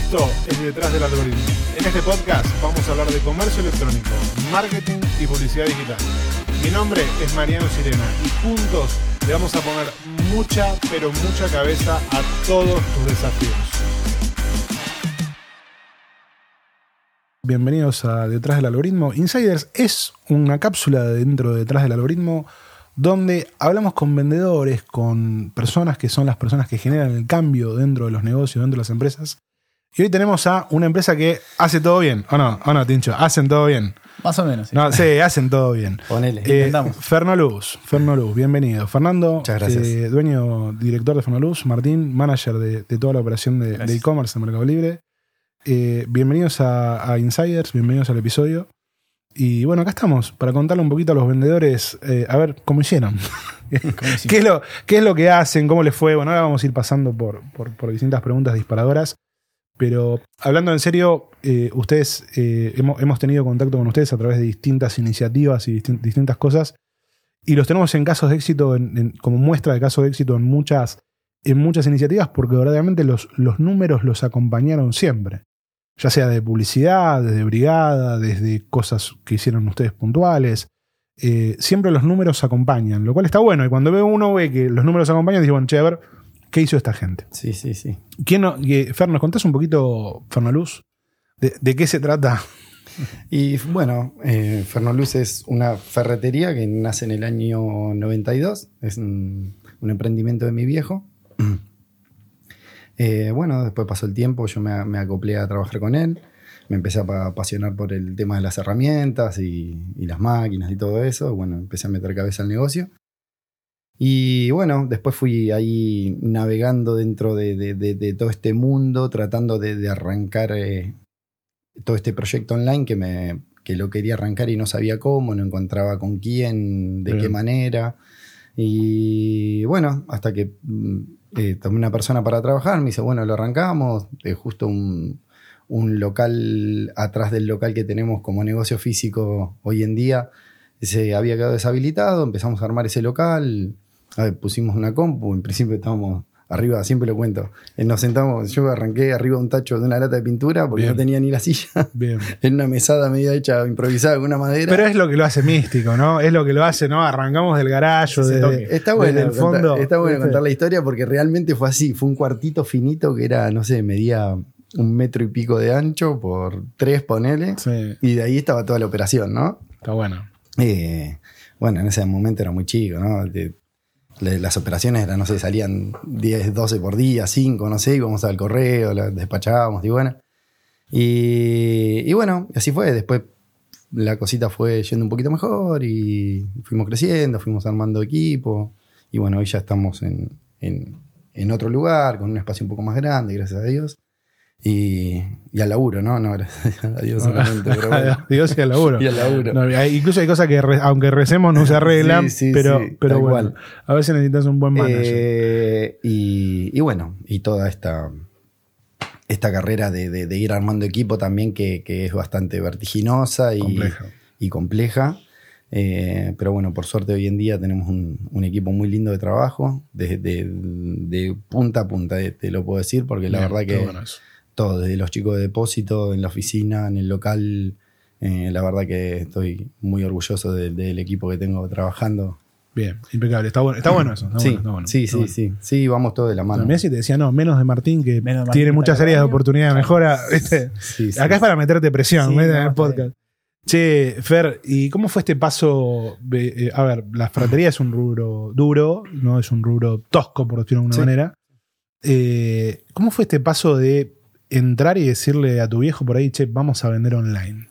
Esto es Detrás del Algoritmo. En este podcast vamos a hablar de comercio electrónico, marketing y publicidad digital. Mi nombre es Mariano Sirena y juntos le vamos a poner mucha, pero mucha cabeza a todos tus desafíos. Bienvenidos a Detrás del Algoritmo. Insiders es una cápsula dentro de Detrás del Algoritmo donde hablamos con vendedores, con personas que son las personas que generan el cambio dentro de los negocios, dentro de las empresas. Y hoy tenemos a una empresa que hace todo bien. ¿O no, Tincho? ¿Hacen todo bien? Más o menos, sí. No, sí, hacen todo bien. Ponele, intentamos. Fernoluz, bienvenido. Fernando, muchas gracias. Dueño, director de Fernoluz. Martín, manager de toda la operación de e-commerce en Mercado Libre. Bienvenidos a Insiders, bienvenidos al episodio. Y bueno, acá estamos para contarle un poquito a los vendedores, a ver cómo hicieron. ¿Qué es lo que hacen? ¿Cómo les fue? Bueno, ahora vamos a ir pasando por distintas preguntas disparadoras. Pero hablando en serio, ustedes hemos tenido contacto con ustedes a través de distintas iniciativas y distintas cosas. Y los tenemos en casos de éxito, como muestra de casos de éxito en muchas iniciativas, porque verdaderamente los números los acompañaron siempre. Ya sea de publicidad, desde brigada, desde cosas que hicieron ustedes puntuales. Siempre los números acompañan, lo cual está bueno. Y cuando uno ve que los números acompañan, dice, bueno, che, a ver, ¿qué hizo esta gente? Sí. Fer, ¿nos contás un poquito, Fernoluz? ¿De qué se trata? Y bueno, Fernoluz es una ferretería que nace en el año 92. Es un emprendimiento de mi viejo. Bueno, después pasó el tiempo, yo me acoplé a trabajar con él. Me empecé a apasionar por el tema de las herramientas y las máquinas y todo eso. Bueno, empecé a meter cabeza al negocio. Y bueno, después fui ahí navegando dentro de todo este mundo, tratando de arrancar todo este proyecto online que lo quería arrancar y no sabía cómo, no encontraba con quién, de qué manera. Y bueno, hasta que tomé una persona para trabajar, me dice, bueno, lo arrancamos, justo un local atrás del local que tenemos como negocio físico hoy en día, se había quedado deshabilitado, empezamos a armar ese local. A ver, pusimos una compu, en principio estábamos arriba, siempre lo cuento. Nos sentamos, yo arranqué arriba de un tacho de una lata de pintura porque no tenía ni la silla. Bien. En una mesada media hecha, improvisada con una madera. Pero es lo que lo hace místico, ¿no? Es lo que lo hace, ¿no? Arrancamos del garaje, está bueno, desde el fondo. Está bueno contar la historia porque realmente fue así. Fue un cuartito finito que era, no sé, medía 1,5 metros de ancho por 3, ponele. Sí. Y de ahí estaba toda la operación, ¿no? Está bueno. Bueno, en ese momento era muy chico, ¿no? Las operaciones eran, no sé, salían 10, 12 por día, 5, no sé, íbamos al correo, las despachábamos y bueno. Y bueno, así fue. Después la cosita fue yendo un poquito mejor y fuimos creciendo, fuimos armando equipo. Y bueno, hoy ya estamos en otro lugar, con un espacio un poco más grande, gracias a Dios. Y al laburo, ¿no? No, gracias a Dios solamente. Pero bueno. Dios y al laburo. Y al laburo. No, incluso hay cosas que aunque recemos no se arreglan, sí, pero bueno, igual. A veces necesitas un buen manager. Y bueno, y toda esta carrera de ir armando equipo también que es bastante vertiginosa y compleja. Pero bueno, por suerte hoy en día tenemos un equipo muy lindo de trabajo, de punta a punta, te lo puedo decir, porque la verdad que bueno todo, desde los chicos de depósito, en la oficina, en el local, la verdad que estoy muy orgulloso del equipo que tengo trabajando. Bien, impecable, está bueno eso. Sí, vamos todos de la mano. Messi te decía, no, menos de Martín, que tiene muchas áreas de oportunidad de mejora. Sí, acá es para meterte presión, en el podcast. Che, Fer, ¿y cómo fue este paso? A ver, la ferretería es un rubro duro, no es un rubro tosco, por decirlo de alguna manera. ¿Cómo fue este paso de entrar y decirle a tu viejo por ahí, che, vamos a vender online?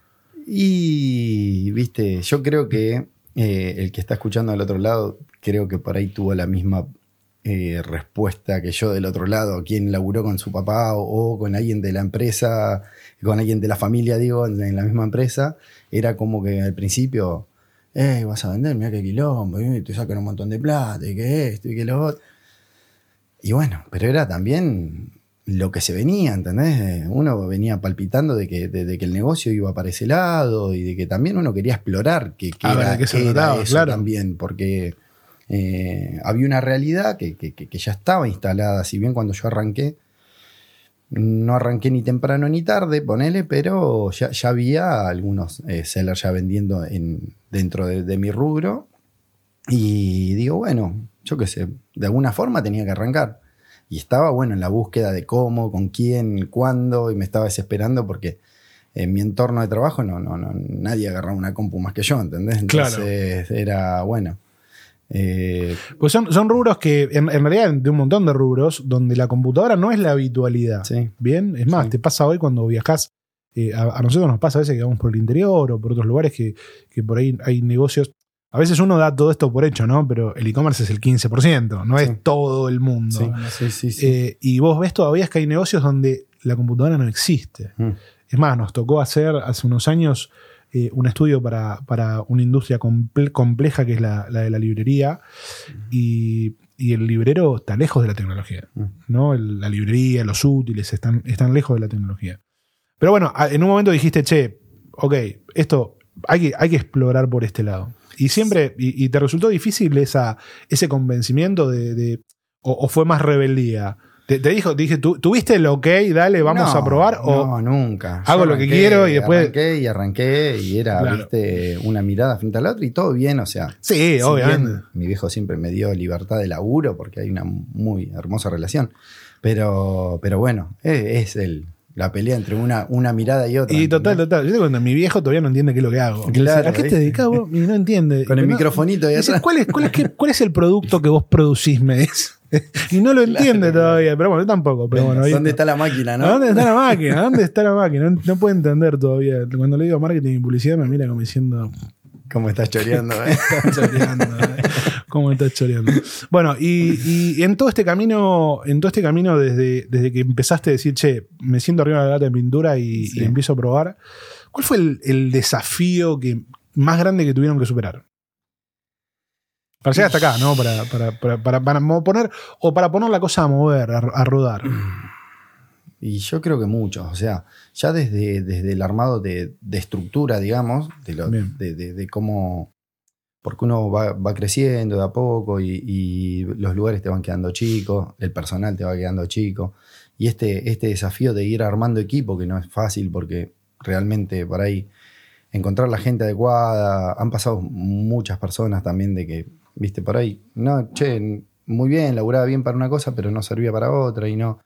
Y, viste, yo creo que el que está escuchando al otro lado, creo que por ahí tuvo la misma respuesta que yo del otro lado, quien laburó con su papá o con alguien de la empresa, con alguien de la familia, digo, en la misma empresa. Era como que al principio, vas a vender, mirá qué quilombo, te sacan un montón de plata, y que esto, y que lo otro. Y bueno, pero era también lo que se venía, ¿entendés? Uno venía palpitando de que el negocio iba para ese lado y de que también uno quería explorar que era eso claro. También, porque había una realidad que ya estaba instalada. Si bien cuando yo arranqué no arranqué ni temprano ni tarde, ponele, pero ya había algunos sellers ya vendiendo dentro de mi rubro. Y digo, bueno, yo qué sé, de alguna forma tenía que arrancar. Y estaba, bueno, en la búsqueda de cómo, con quién, cuándo, y me estaba desesperando porque en mi entorno de trabajo nadie agarraba una compu más que yo, ¿entendés? Entonces era, bueno. Pues son rubros que, en realidad, de un montón de rubros, donde la computadora no es la habitualidad. Sí. Bien, es más, te pasa hoy cuando viajás. A nosotros nos pasa a veces que vamos por el interior o por otros lugares que por ahí hay negocios. A veces uno da todo esto por hecho, ¿no? Pero el e-commerce es el 15%, no es todo el mundo. Sí. Y vos ves todavía que hay negocios donde la computadora no existe. Es más, nos tocó hacer hace unos años un estudio para una industria compleja que es la de la librería. Y el librero está lejos de la tecnología, ¿no? La librería, los útiles están lejos de la tecnología. Pero bueno, en un momento dijiste, che, ok, esto hay que explorar por este lado. Y siempre, y te resultó difícil ese convencimiento o fue más rebeldía. Dije, ¿tuviste el ok, dale, vamos a probar? No, nunca. Hago lo que quiero y después. Arranqué y era, claro, ¿viste? Una mirada frente a la otra y todo bien, o sea. Sí, obviamente. Bien, mi viejo siempre me dio libertad de laburo porque hay una muy hermosa relación. Pero bueno, es la pelea entre una mirada y otra. Y total. Yo te cuento, mi viejo todavía no entiende qué es lo que hago. Claro, ¿a qué te dedicas vos? Y no entiende. Con el microfonito ahí atrás. ¿Cuál es el producto que vos producís? Me dice. Y no lo entiende todavía, pero bueno, yo tampoco. Pero bueno, ¿dónde está la máquina, no? ¿Dónde está la máquina? ¿Dónde está la máquina? No puede entender todavía. Cuando le digo marketing y publicidad me mira como diciendo... ¿Cómo estás choreando? ¿Cómo estás choreando? Bueno, y en todo este camino, desde que empezaste a decir, che, me siento arriba de la lata de pintura y empiezo a probar, ¿cuál fue el desafío más grande que tuvieron que superar? Para llegar hasta acá, ¿no? Para poner la cosa a mover, a rodar. Y yo creo que muchos, o sea, ya desde el armado de estructura, digamos, de cómo, porque uno va creciendo de a poco y los lugares te van quedando chicos, el personal te va quedando chico, y este desafío de ir armando equipo, que no es fácil porque realmente por ahí encontrar la gente adecuada, han pasado muchas personas también de que, viste, por ahí, no, che, muy bien, laburaba bien para una cosa, pero no servía para otra y no...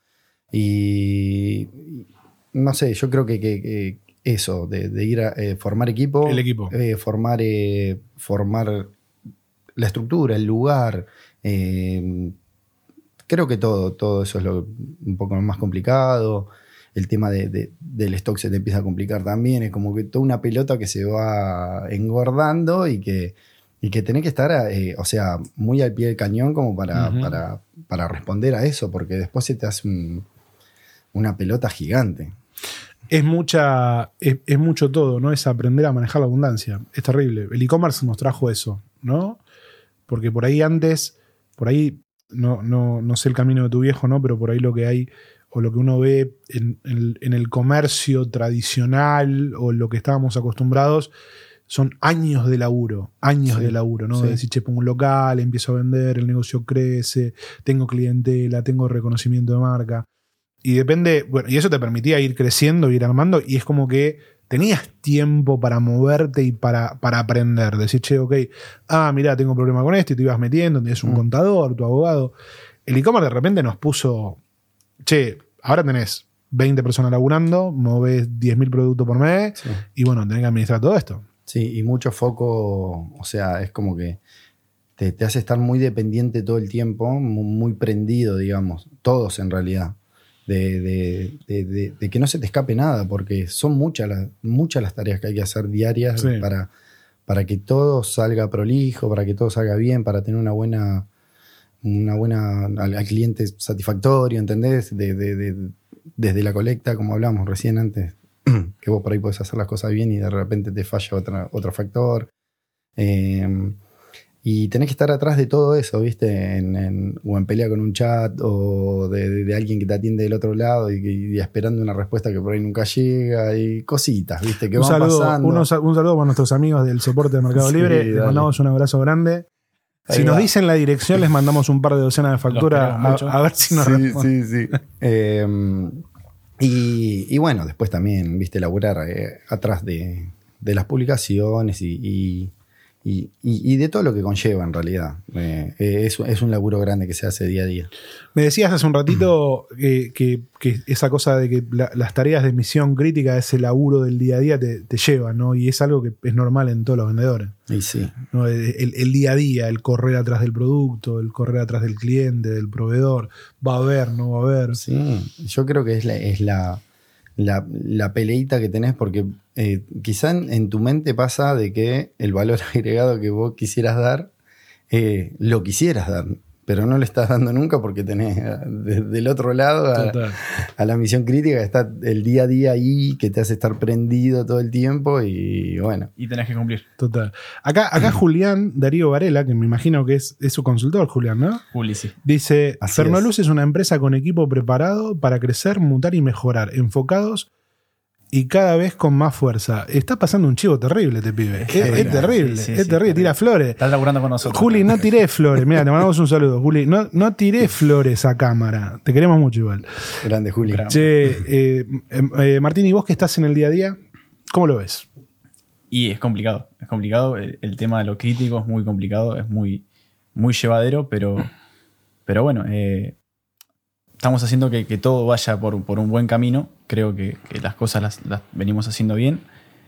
Y no sé, yo creo que eso, de ir a formar equipo, el equipo. Formar la estructura, el lugar, creo que todo eso es un poco más complicado. El tema del stock se te empieza a complicar también, es como que toda una pelota que se va engordando y que tenés que estar, o sea, muy al pie del cañón como para responder a eso, porque después se te hace una pelota gigante. Es mucho todo, ¿no? Es aprender a manejar la abundancia. Es terrible. El e-commerce nos trajo eso, ¿no? Porque por ahí antes, no sé el camino de tu viejo, ¿no? Pero por ahí lo que hay, o lo que uno ve en el comercio tradicional, o lo que estábamos acostumbrados, son años de laburo, ¿no? Sí. De decir, che, pongo un local, empiezo a vender, el negocio crece, tengo clientela, tengo reconocimiento de marca. Y depende, bueno, y eso te permitía ir creciendo, ir armando, y es como que tenías tiempo para moverte y para aprender. Decir, che, ok, mirá, tengo problema con esto, y te ibas metiendo, tenías un contador, tu abogado. El e-commerce de repente nos puso, che, ahora tenés 20 personas laburando, movés 10.000 productos por mes, y bueno, tenés que administrar todo esto. Sí, y mucho foco, o sea, es como que te hace estar muy dependiente todo el tiempo, muy prendido, digamos, todos en realidad. De que no se te escape nada, porque son muchas las tareas que hay que hacer diarias para que todo salga prolijo, para que todo salga bien, para tener una buena al cliente satisfactorio, ¿entendés? Desde la colecta, como hablamos recién antes, que vos por ahí podés hacer las cosas bien y de repente te falla otro factor. Y tenés que estar atrás de todo eso, ¿viste? O en pelea con un chat o de alguien que te atiende del otro lado y esperando una respuesta que por ahí nunca llega y cositas, ¿viste? Que van pasando. Un saludo para nuestros amigos del soporte de Mercado Libre. Les mandamos un abrazo grande. Si nos dicen la dirección, les mandamos un par de docenas de facturas a ver si nos responden. Sí. Y bueno, después también, viste, laburar atrás de las publicaciones y de todo lo que conlleva en realidad. Es un laburo grande que se hace día a día. Me decías hace un ratito que esa cosa de que las tareas de misión crítica, ese laburo del día a día te llevan, ¿no? Y es algo que es normal en todos los vendedores. Y sí. ¿No? El día a día, el correr atrás del producto, el correr atrás del cliente, del proveedor. Va a haber, no va a haber. Sí, yo creo que es la peleita que tenés, porque quizá en tu mente pasa de que el valor agregado que vos quisieras dar, lo quisieras dar, pero no lo estás dando nunca porque tenés del otro lado a la misión crítica, está el día a día ahí que te hace estar prendido todo el tiempo y bueno. Y tenés que cumplir. Total. Acá Julián Darío Varela, que me imagino que es su consultor, Julián, ¿no? Juli, sí. Dice, Así Fernoluz es una empresa con equipo preparado para crecer, mutar y mejorar, enfocados y cada vez con más fuerza. Está pasando un chivo terrible este pibe. Es terrible, sí, es sí, terrible, tira flores. Estás laburando con nosotros. Juli, no tiré flores. Mira, te mandamos un saludo, Juli. No tiré flores a cámara. Te queremos mucho igual. Grande, Juli. Che, Martín, ¿y vos que estás en el día a día? ¿Cómo lo ves? Y es complicado. Es complicado. El tema de lo crítico es muy complicado. Es muy, muy llevadero, pero bueno, estamos haciendo que todo vaya por un buen camino. Creo que las cosas las venimos haciendo bien.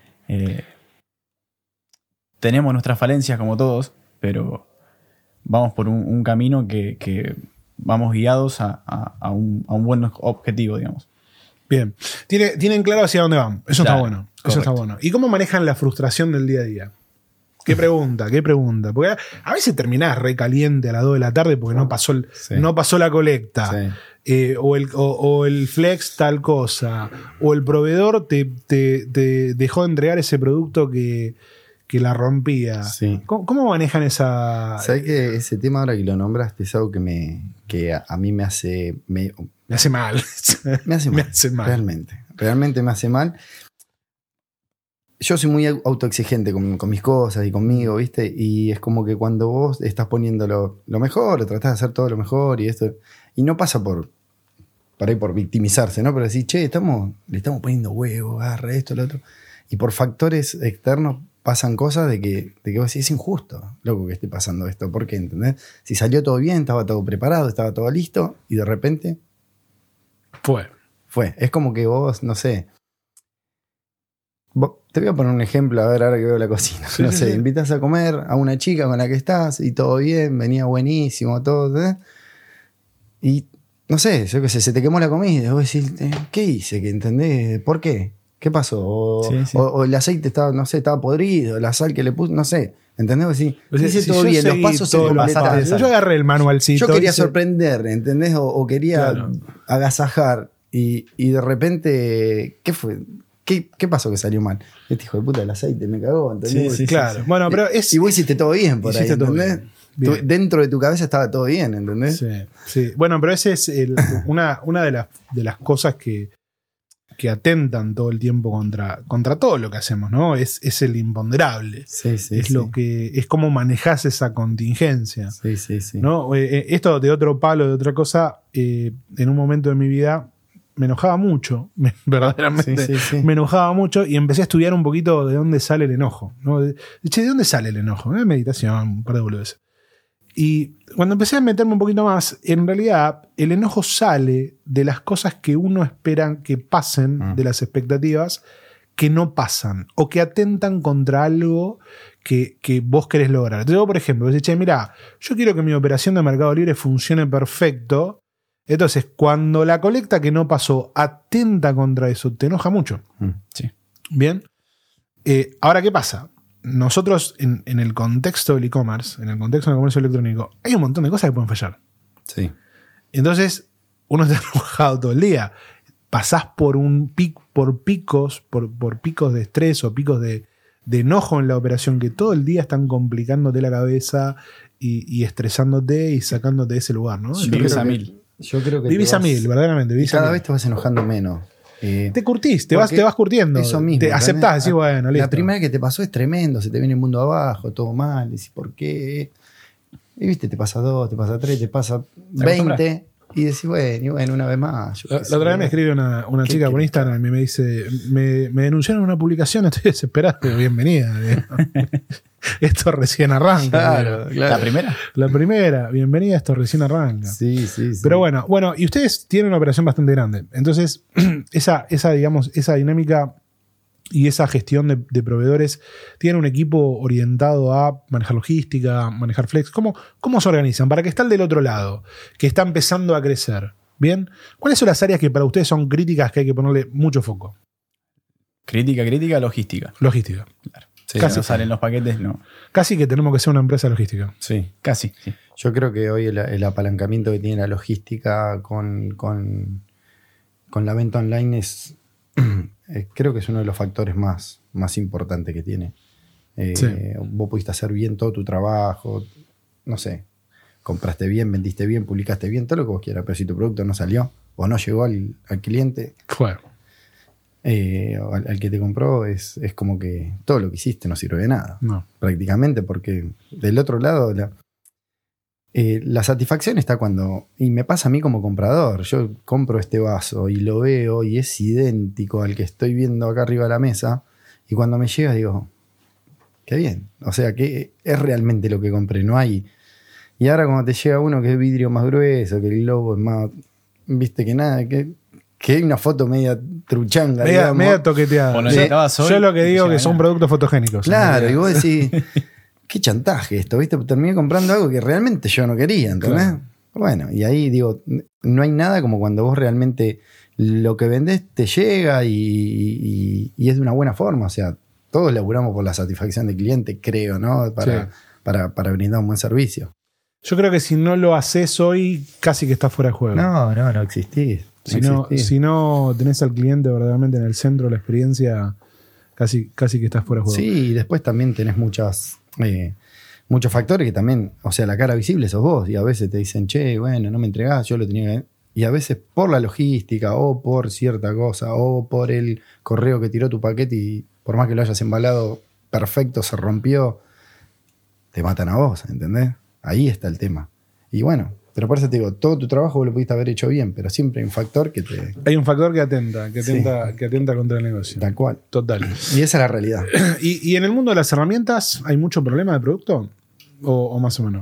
Tenemos nuestras falencias como todos, pero vamos por un camino que vamos guiados a un buen objetivo, digamos. Bien. Tienen claro hacia dónde van. Eso Claro, está bueno. Eso correcto. está bueno. ¿Y cómo manejan la frustración del día a día? ¿Qué pregunta? Porque a veces terminás recaliente a las 2 de la tarde porque no pasó la colecta. Sí. O el flex tal cosa. O el proveedor te dejó de entregar ese producto que la rompía. Sí. ¿Cómo manejan esa...? ¿Sabés que ese tema ahora que lo nombraste es algo que a mí me hace... Me hace mal. Me hace mal. Me hace mal. Realmente me hace mal. Yo soy muy autoexigente con mis cosas y conmigo, ¿viste? Y es como que cuando vos estás poniendo lo mejor, o tratás de hacer todo lo mejor y esto, y no pasa por victimizarse, ¿no? Pero decir, che, le estamos poniendo huevo, agarra esto, lo otro. Y por factores externos pasan cosas de que vos decís, es injusto, loco, que esté pasando esto. ¿Por qué? ¿Entendés? Si salió todo bien, estaba todo preparado, estaba todo listo, y de repente fue. Es como que vos, no sé. Te voy a poner un ejemplo, a ver, ahora que veo la cocina. Sí, no sí, sé, sí. invitas a comer a una chica con la que estás y todo bien, venía buenísimo, todo. Y no sé, yo qué sé, se te quemó la comida. Y vos decís, ¿qué hice? ¿Entendés? ¿Por qué? ¿Qué pasó? O el aceite estaba, no sé, estaba podrido, la sal que le puse, no sé. ¿Entendés? Vos decís, hice todo bien, los pasos se todo me lo completaron. yo agarré el manualcito. Yo quería hice- sorprender, ¿entendés? O quería Claro. agasajar. Y de repente, ¿qué fue? ¿Qué pasó que salió mal? Este hijo de puta del aceite me cagó, ¿entendés? Sí, Claro. Bueno, pero es... Y vos hiciste todo bien por ahí, Hiciste todo ¿entendés? bien. Bien. Dentro de tu cabeza estaba todo bien, ¿entendés? Sí, sí. Bueno, pero ese es una de las cosas que atentan todo el tiempo contra todo lo que hacemos, ¿no? Es el imponderable. Sí. Es lo que es cómo manejás esa contingencia. Sí. ¿No? Esto de otro palo, de otra cosa, en un momento de mi vida me enojaba mucho, verdaderamente Sí. me enojaba mucho y empecé a estudiar un poquito de dónde sale el enojo, ¿no? ¿De dónde sale el enojo? Meditación, un par de boludeces. Y cuando empecé a meterme un poquito más, en realidad el enojo sale de las cosas que uno espera que pasen, de las expectativas que no pasan o que atentan contra algo que vos querés lograr. Entonces, vos, por ejemplo, decís, che, mirá, yo quiero que mi operación de Mercado Libre funcione perfecto. Entonces, cuando la colecta que no pasó atenta contra eso, te enoja mucho. Sí. Bien. Ahora, ¿qué pasa? Nosotros, en el contexto del e-commerce, en el contexto del comercio electrónico, hay un montón de cosas que pueden fallar. Sí. Entonces, uno está enojado todo el día. Pasás por picos de estrés o picos de enojo en la operación que todo el día están complicándote la cabeza y estresándote y sacándote de ese lugar, ¿no? Vives a mil. Yo creo que Vivís a mil, verdaderamente. y Vivís a cada mil. vez te vas enojando menos. Te curtís, te vas curtiendo. Eso mismo. Te aceptás, decís, bueno, listo. La primera que te pasó es tremendo, se te viene el mundo abajo, todo mal, decís, ¿por qué? Y viste, te pasa 2, te pasa 3, te pasa 20. Y decís, bueno, una vez más. La otra vez me escribe una chica por Instagram y me dice, me denunciaron una publicación, estoy desesperado. Bienvenida. Esto recién arranca. Claro. ¿La primera? La primera, bienvenida, esto recién arranca. Sí. Pero bueno, y ustedes tienen una operación bastante grande. Entonces, esa dinámica y esa gestión de proveedores, ¿tienen un equipo orientado a manejar logística, manejar flex? ¿Cómo se organizan? Para que está el del otro lado, que está empezando a crecer. ¿Bien? ¿Cuáles son las áreas que para ustedes son críticas que hay que ponerle mucho foco? Crítica, logística. Logística. Claro. Sí, Casi. no salen los paquetes, no. Casi que tenemos que ser una empresa logística. Sí. Casi, sí. Yo creo que hoy el apalancamiento que tiene la logística con la venta online es... creo que es uno de los factores más importantes que tiene. Sí. Vos pudiste hacer bien todo tu trabajo, no sé, compraste bien, vendiste bien, publicaste bien, todo lo que vos quieras, pero si tu producto no salió o no llegó al cliente, Bueno. al que te compró, es como que todo lo que hiciste no sirve de nada. No. Prácticamente, porque del otro lado la satisfacción está cuando, y me pasa a mí como comprador, yo compro este vaso y lo veo y es idéntico al que estoy viendo acá arriba de la mesa, y cuando me llega digo, qué bien, o sea que es realmente lo que compré, no hay. Y ahora cuando te llega uno que es vidrio más grueso, que el logo es más, viste que nada, que hay una foto media truchanga, Media toqueteada. O necesitabas hoy, Yo lo que digo ya que son productos fotogénicos. claro, y vos decís, qué chantaje esto, ¿viste? Terminé comprando algo que realmente yo no quería, ¿entendés? Claro. Bueno, y ahí digo, no hay nada como cuando vos realmente lo que vendés te llega y es de una buena forma. O sea, todos laburamos por la satisfacción del cliente, creo, ¿no? Para brindar un buen servicio. Yo creo que si no lo haces hoy, casi que estás fuera de juego. No existís. Si no tenés al cliente verdaderamente en el centro de la experiencia, casi que estás fuera de juego. Sí, y después también tenés muchos factores que también, o sea, la cara visible sos vos, y a veces te dicen, che, bueno, no me entregás, yo lo tenía que... Y a veces por la logística, o por cierta cosa, o por el correo que tiró tu paquete, y por más que lo hayas embalado perfecto, se rompió, te matan a vos, ¿entendés? Ahí está el tema. Y bueno, pero por eso te digo, todo tu trabajo vos lo pudiste haber hecho bien, pero siempre hay un factor que te... Hay un factor que atenta contra el negocio. Tal cual. Total. Y esa es la realidad. ¿Y en el mundo de las herramientas hay mucho problema de producto? ¿O más o menos?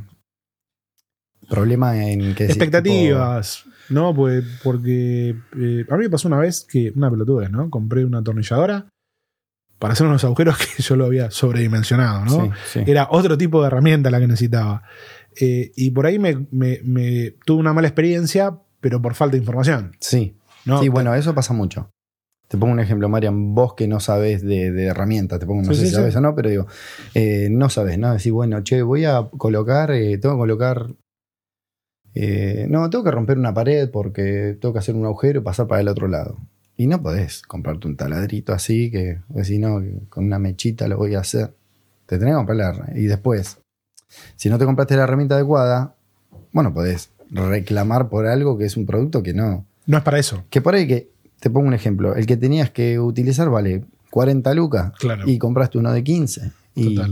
Problema en que... Expectativas, ¿no? Pues porque a mí me pasó una vez que, una pelotudez, ¿no? Compré una atornilladora para hacer unos agujeros que yo lo había sobredimensionado, ¿no? Sí. Era otro tipo de herramienta la que necesitaba. Y por ahí me tuve una mala experiencia, pero por falta de información. Sí. ¿No? Sí, bueno, eso pasa mucho. Te pongo un ejemplo, Marian, vos que no sabés de herramientas, no sé si sabés o no, pero digo, no sabés, ¿no? Decís, bueno, che, voy a colocar, tengo que colocar, tengo que romper una pared porque tengo que hacer un agujero y pasar para el otro lado. Y no podés comprarte un taladrito así, que decís, no, que con una mechita lo voy a hacer. Te tenés que comprar y después, si no te compraste la herramienta adecuada, bueno, podés reclamar por algo que es un producto que no. No es para eso. Que por ahí que, te pongo un ejemplo, el que tenías que utilizar vale 40 lucas, claro, y compraste uno de 15. Total.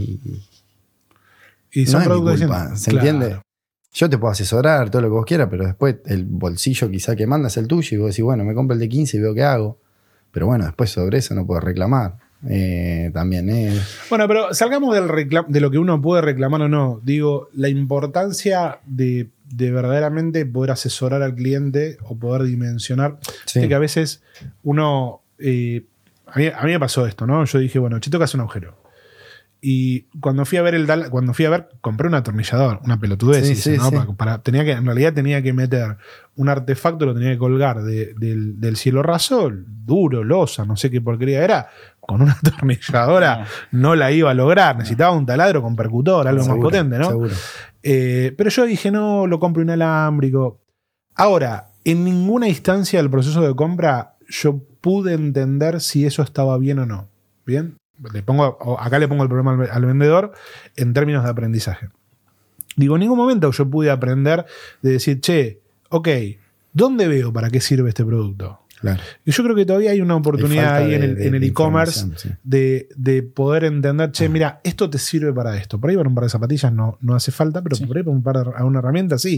Y son no productos es mi culpa, distintos. ¿se entiende? Yo te puedo asesorar todo lo que vos quieras, pero después el bolsillo quizá que manda es el tuyo y vos decís, bueno, me compro el de 15 y veo qué hago. Pero bueno, después sobre eso no puedo reclamar. También es... Bueno, pero salgamos de lo que uno puede reclamar o no. Digo, la importancia de verdaderamente poder asesorar al cliente o poder dimensionar. Sí. Que a veces uno... a mí me pasó esto, ¿no? Yo dije, bueno, tengo que hacer un agujero. Y cuando fui a ver compré un atornillador, una pelotudez, Sí, ¿no? sí. En realidad tenía que meter un artefacto, lo tenía que colgar del cielo raso, duro, losa, no sé qué porquería era. Con una atornilladora no la iba a lograr. Necesitaba un taladro con percutor, algo más potente, ¿no? Seguro. Pero yo dije, no, lo compro inalámbrico. Ahora, en ninguna instancia del proceso de compra yo pude entender si eso estaba bien o no. ¿Bien? Acá le pongo el problema al vendedor en términos de aprendizaje. Digo, en ningún momento yo pude aprender de decir, che, ok, ¿dónde veo para qué sirve este producto? Claro. Y yo creo que todavía hay una oportunidad ahí en el e-commerce de poder entender, che, mira, esto te sirve para esto. Por ahí para un par de zapatillas no hace falta, pero por ahí para una herramienta sí.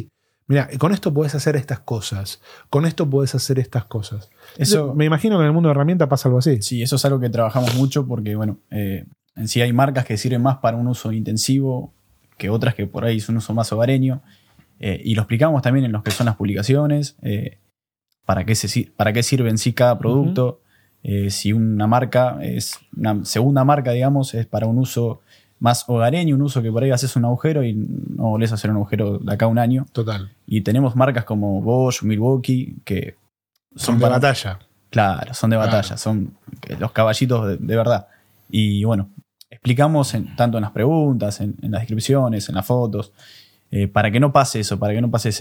Mira, con esto podés hacer estas cosas. Con esto podés hacer estas cosas. Eso, Me imagino que en el mundo de herramientas pasa algo así. sí, eso es algo que trabajamos mucho porque, bueno, en sí hay marcas que sirven más para un uso intensivo que otras que por ahí es un uso más hogareño. Y lo explicamos también en lo que son las publicaciones, para qué sirve en sí cada producto. Si una marca es una segunda marca, digamos, es para un uso más hogareño, un uso que por ahí haces un agujero y no volvés a hacer un agujero de acá a un año. Total. Y tenemos marcas como Bosch, Son Milwaukee, que de batalla. Claro, son de batalla, Claro. son los caballitos de verdad. Y bueno, explicamos tanto en las preguntas, en las descripciones, en las fotos, para que no pase eso, para que no pase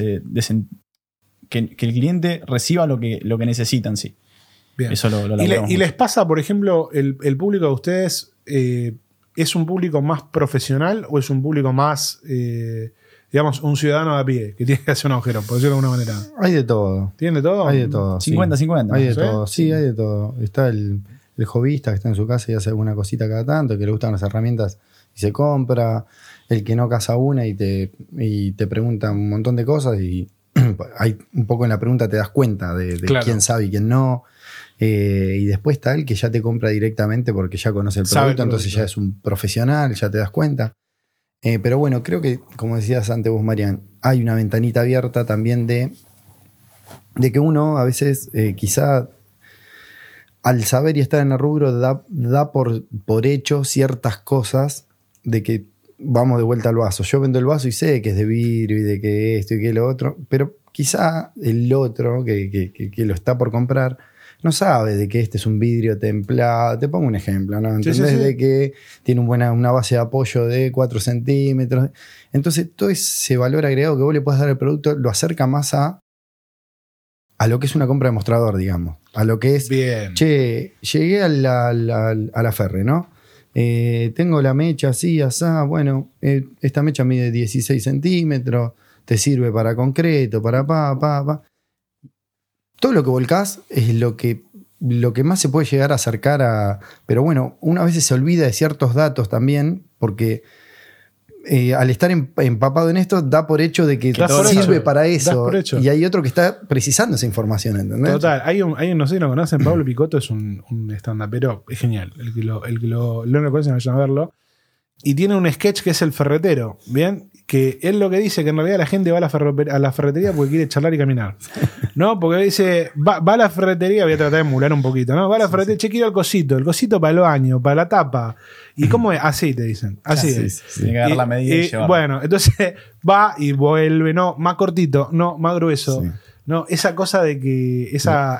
que el cliente reciba lo que necesita en sí. Bien. Eso lo ¿Y elaboramos les mucho. pasa, por ejemplo, el público de ustedes es un público más profesional o es un público más, digamos, un ciudadano de a pie que tiene que hacer un agujero, por decirlo de alguna manera? Hay de todo. ¿Tiene de todo? Hay de todo. sí. 50-50. Hay de ¿Sí? todo. Sí, hay de todo. Está el hobbyista que está en su casa y hace alguna cosita cada tanto, que le gustan las herramientas y se compra. El que no casa una y te pregunta un montón de cosas y hay un poco en la pregunta te das cuenta de Claro. quién sabe y quién no. Y después está el que ya te compra directamente porque ya conoce el Sabe el producto, entonces producto. ya es un profesional, ya te das cuenta. Pero bueno, creo que, como decías antes vos, Marian, hay una ventanita abierta también de que uno a veces quizá al saber y estar en el rubro da por hecho ciertas cosas de que vamos de vuelta al vaso. Yo vendo el vaso y sé que es de vidrio y de que esto y que lo otro, pero quizá el otro que lo está por comprar no sabe de que este es un vidrio templado. Te pongo un ejemplo, ¿no? Sí, ¿Entendés? sí, sí. De que tiene una base de apoyo de 4 centímetros. Entonces, todo ese valor agregado que vos le podés dar al producto lo acerca más a lo que es una compra de mostrador, digamos. A lo que es, Bien. che, llegué a la Ferre, ¿no? Tengo la mecha así, asá. Bueno, esta mecha mide 16 centímetros, te sirve para concreto, para pa. Todo lo que volcás es lo que más se puede llegar a acercar a. Pero bueno, una vez se olvida de ciertos datos también, porque al estar empapado en esto, da por hecho de que Das por sirve hecho. para Das eso. por hecho. Y hay otro que está precisando esa información, ¿entendés? Total, hay un, no sé si lo conocen, Pablo Picotto es un stand-upero, es genial. El que lo conocen vayan a verlo. Y tiene un sketch que es el ferretero, ¿bien? Que él lo que dice que en realidad la gente va a la ferretería porque quiere charlar y caminar. ¿No? Porque dice, va a la ferretería, voy a tratar de emular un poquito, ¿no? Va a la ferretería, che, quiero el cosito para el baño, para la tapa. ¿Y cómo es? Así te dicen, así Sí, es. sí, sí. Tiene que agarrar la medida y llevarla. Bueno, entonces va y vuelve, no, más cortito, no, más grueso. Sí. No, esa cosa de que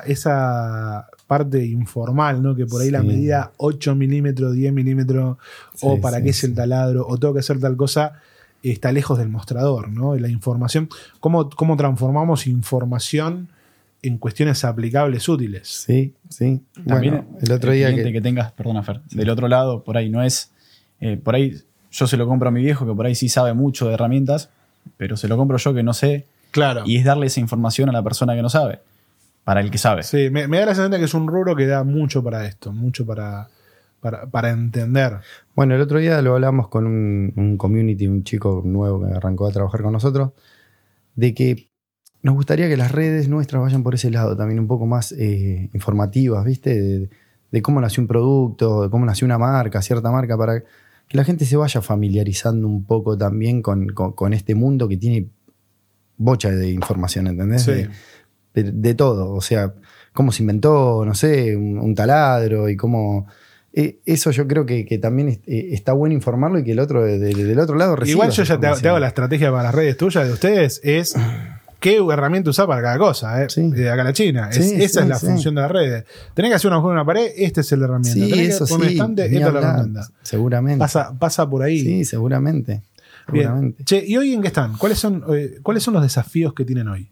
esa parte informal, ¿no? Que por ahí la Sí. medida 8 milímetros, 10 milímetros, o Sí, para sí, qué es sí. el taladro, o tengo que hacer tal cosa, está lejos del mostrador, ¿no? Y la información, ¿cómo transformamos información en cuestiones aplicables útiles? Sí. También Bueno, el otro día cliente que tengas, perdona Fer, del otro lado, por ahí no es, por ahí yo se lo compro a mi viejo que por ahí sí sabe mucho de herramientas, pero se lo compro yo que no sé, Claro. y es darle esa información a la persona que no sabe, para el que sabe. Sí, me da la sensación de que es un rubro que da mucho para esto, mucho para entender. Bueno, el otro día lo hablamos con un community, un chico nuevo que arrancó a trabajar con nosotros, de que nos gustaría que las redes nuestras vayan por ese lado también, un poco más informativas, ¿viste? De cómo nació un producto, de cómo nació una marca, cierta marca, para que la gente se vaya familiarizando un poco también con este mundo que tiene bocha de información, ¿entendés? Sí. De todo, o sea, cómo se inventó, no sé, un taladro y cómo... eso yo creo que también está bueno informarlo y que el otro del otro lado reciba. Igual yo esa ya te información. hago la estrategia para las redes tuyas de ustedes, es qué herramienta usar para cada cosa, ¿eh? Sí. De acá a la China. Sí, esa sí, es la sí. función de las redes. Tenés que hacer una en una pared, esta es la herramienta. Sí, Tenés eso que poner un sí. estante, ni esta es la hablar. herramienta. Seguramente. Pasa por ahí. Sí, seguramente. Bien. Seguramente. Che, ¿y hoy en qué están? ¿Cuáles son los desafíos que tienen hoy?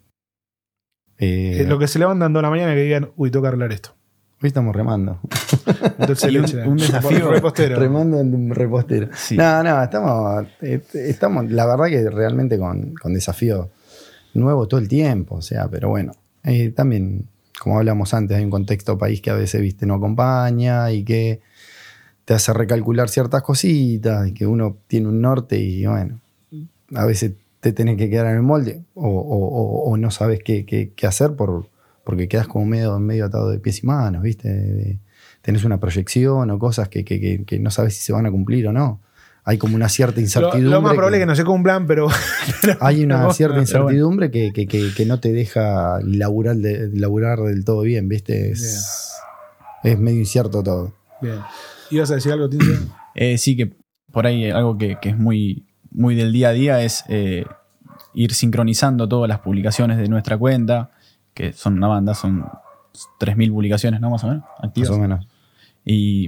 Lo que se levantan toda la mañana que digan, uy, toca arreglar esto. Hoy estamos remando. Entonces, Y un desafío. repostero. Remando en un repostero. Sí. No, estamos, la verdad que realmente con desafíos nuevos todo el tiempo. O sea, pero bueno, también, como hablamos antes, hay un contexto país que a veces, viste, no acompaña y que te hace recalcular ciertas cositas y que uno tiene un norte y bueno, a veces te tenés que quedar en el molde o no sabes qué hacer porque quedás como medio atado de pies y manos, ¿viste? Tenés una proyección o cosas que no sabes si se van a cumplir o no. Hay como una cierta incertidumbre. Lo más probable es que no se cumplan, pero hay una cierta incertidumbre que no te deja laburar del todo bien, ¿viste? Es medio incierto todo. Bien. ¿Ibas a decir algo, Tintia? Sí, que por ahí algo que es muy, muy del día a día es ir sincronizando todas las publicaciones de nuestra cuenta, que son una banda, son 3.000 publicaciones, ¿no? Más o menos, activas. Más o menos. Y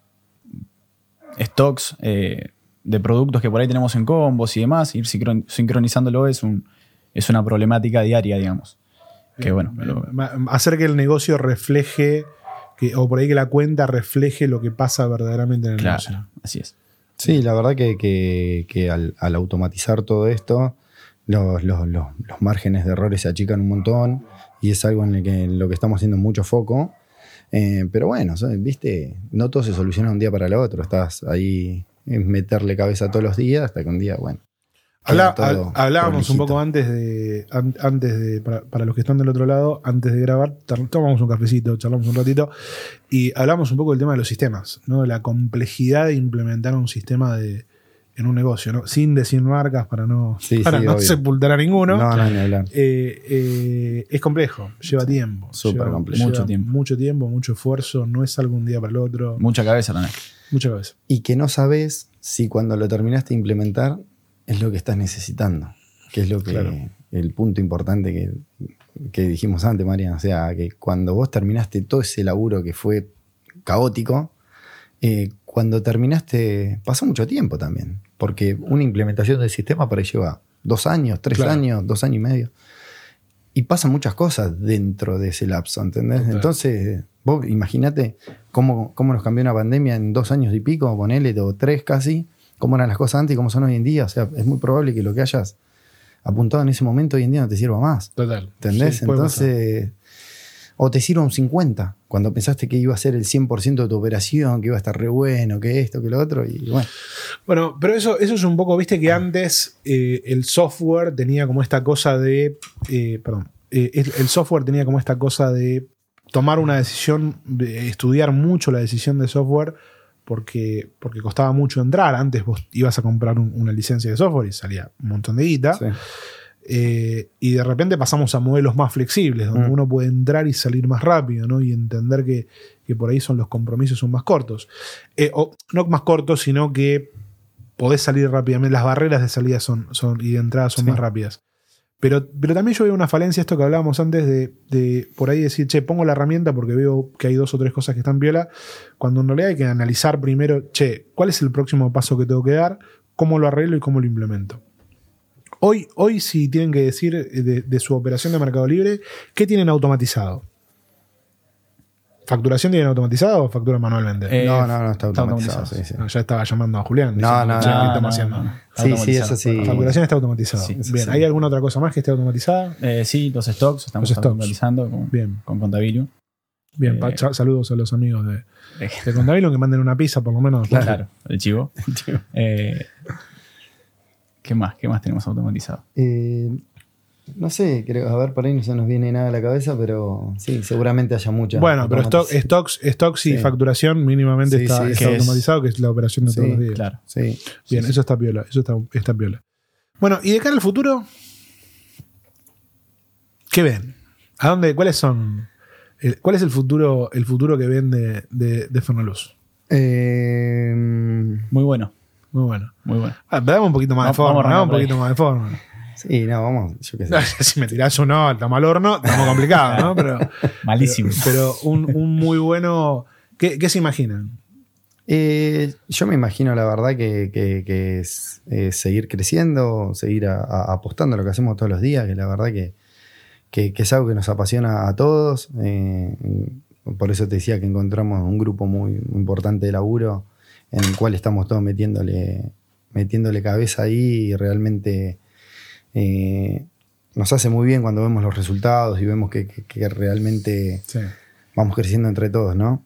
stocks de productos que por ahí tenemos en combos y demás, ir sincronizándolo es una problemática diaria, digamos. Que bueno. Hacer que el negocio refleje, o por ahí que la cuenta refleje lo que pasa verdaderamente en el negocio. Así es. Sí, la verdad que al automatizar todo esto, los márgenes de errores se achican un montón y es algo en lo que estamos haciendo mucho foco. Pero bueno, ¿viste? No todo se soluciona de un día para el otro. Estás ahí en meterle cabeza todos los días hasta que un día, bueno. Hablábamos un poco antes de para los que están del otro lado, antes de grabar, tomamos un cafecito, charlamos un ratito y hablamos un poco del tema de los sistemas, ¿no? La complejidad de implementar un sistema en un negocio, ¿no? Sin decir marcas para no sepultar a ninguno. No, ni hablar. Es complejo, lleva tiempo. Súper complejo. Mucho tiempo, mucho esfuerzo, no es algún día para el otro. Mucha cabeza también. Mucha cabeza. Y que no sabes si cuando lo terminaste de implementar es lo que estás necesitando, que es lo que el punto importante que dijimos antes, Marian. O sea, que cuando vos terminaste todo ese laburo que fue caótico, cuando terminaste, pasó mucho tiempo también, porque una implementación del sistema por ahí lleva 2 años, 3 años, 2 años y medio, y pasan muchas cosas dentro de ese lapso, ¿entendés? Total. Entonces, vos imaginate cómo nos cambió una pandemia en 2 años y pico, ponele, o 3 casi, cómo eran las cosas antes y cómo son hoy en día. O sea, es muy probable que lo que hayas apuntado en ese momento hoy en día no te sirva más. Total. ¿Entendés? Sí, entonces, o te sirva un 50, cuando pensaste que iba a ser el 100% de tu operación, que iba a estar re bueno, que esto, que lo otro, y bueno. Bueno, pero eso es un poco, viste que antes el software tenía como esta cosa de... el software tenía como esta cosa de tomar una decisión, de estudiar mucho la decisión de software, porque costaba mucho entrar. Antes vos ibas a comprar una licencia de software y salía un montón de guita. Sí. Y de repente pasamos a modelos más flexibles, donde uno puede entrar y salir más rápido, ¿no? Y entender que por ahí los compromisos son más cortos. O no más cortos, sino que podés salir rápidamente. Las barreras de salida y de entrada son más rápidas. Pero también yo veo una falencia, esto que hablábamos antes, de por ahí decir, che, pongo la herramienta porque veo que hay 2 o 3 cosas que están viola, cuando en realidad hay que analizar primero, che, ¿cuál es el próximo paso que tengo que dar? ¿Cómo lo arreglo y cómo lo implemento? Hoy si tienen que decir de su operación de Mercado Libre, ¿qué tienen automatizado? ¿Facturación tienen automatizado o factura manualmente? No, está automatizado. Sí. No, ya estaba llamando a Julián. No. Sí, eso sí. La facturación está automatizada. Sí, bien, ¿hay alguna otra cosa más que esté automatizada? Sí, los stocks estamos automatizando con Contabilio. Bien, saludos a los amigos de Contabilio que manden una pizza por lo menos. Claro, el chivo. ¿Qué más tenemos automatizado? No sé, creo, a ver, por ahí no se nos viene nada a la cabeza, pero sí, seguramente haya muchas. Bueno, pero stocks y facturación mínimamente está automatizado, que es la operación de todos los días. Claro. Sí. Bien, eso está piola. Está piola. Bueno, y de cara al futuro, ¿qué ven? ¿Cuáles son? ¿Cuál es el futuro que ven de Fernoluz? Muy bueno. Dame un poquito más de forma. Sí, no, vamos, yo qué sé. Si me tirás uno al tamo al horno, estamos complicados, ¿no? Pero, malísimo. Pero un muy bueno. ¿Qué se imaginan? Yo me imagino, la verdad, que es seguir creciendo, seguir apostando a lo que hacemos todos los días, que la verdad que es algo que nos apasiona a todos. Por eso te decía que encontramos un grupo muy importante de laburo en el cual estamos todos metiéndole cabeza ahí y realmente nos hace muy bien cuando vemos los resultados y vemos que realmente vamos creciendo entre todos, ¿no?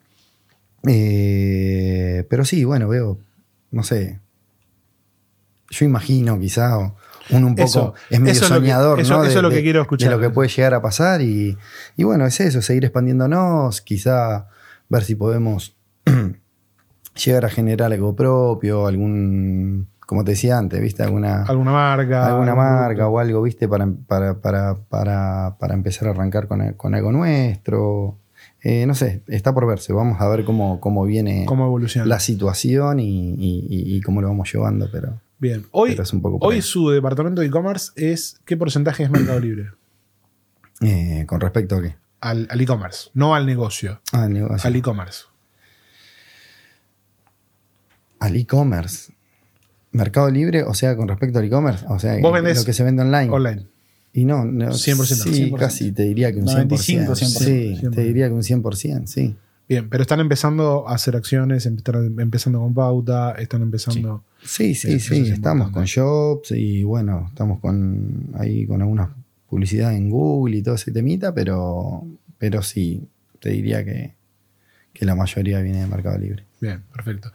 Pero sí, bueno, veo, no sé, yo imagino quizá uno un poco es medio soñador, ¿no? Eso es lo que quiero escuchar. De lo que puede llegar a pasar y bueno, es eso, seguir expandiéndonos, quizá ver si podemos llegar a generar algo propio, como te decía antes, ¿viste? Alguna marca o algo, ¿viste? Para empezar a arrancar con algo nuestro. No sé, está por verse. Vamos a ver cómo viene la situación y cómo lo vamos llevando, pero... Bien. Hoy es un poco su departamento de e-commerce ¿qué porcentaje es Mercado Libre? ¿Con respecto a qué? Al e-commerce, no al negocio. Al negocio. Al e-commerce. Al e-commerce. Mercado Libre, o sea, con respecto al e-commerce, o sea, vos vendés lo que se vende online. Online. Y no 100%. Sí, 100%. casi te diría que un 95, 100%. 100%. Sí, 100%. te diría que un 100%, sí. Bien, pero están empezando a hacer acciones, están empezando con pauta, están empezando... Sí, estamos con shops y bueno, estamos con alguna publicidad en Google y todo ese temita, pero sí, te diría que la mayoría viene de Mercado Libre. Bien, perfecto.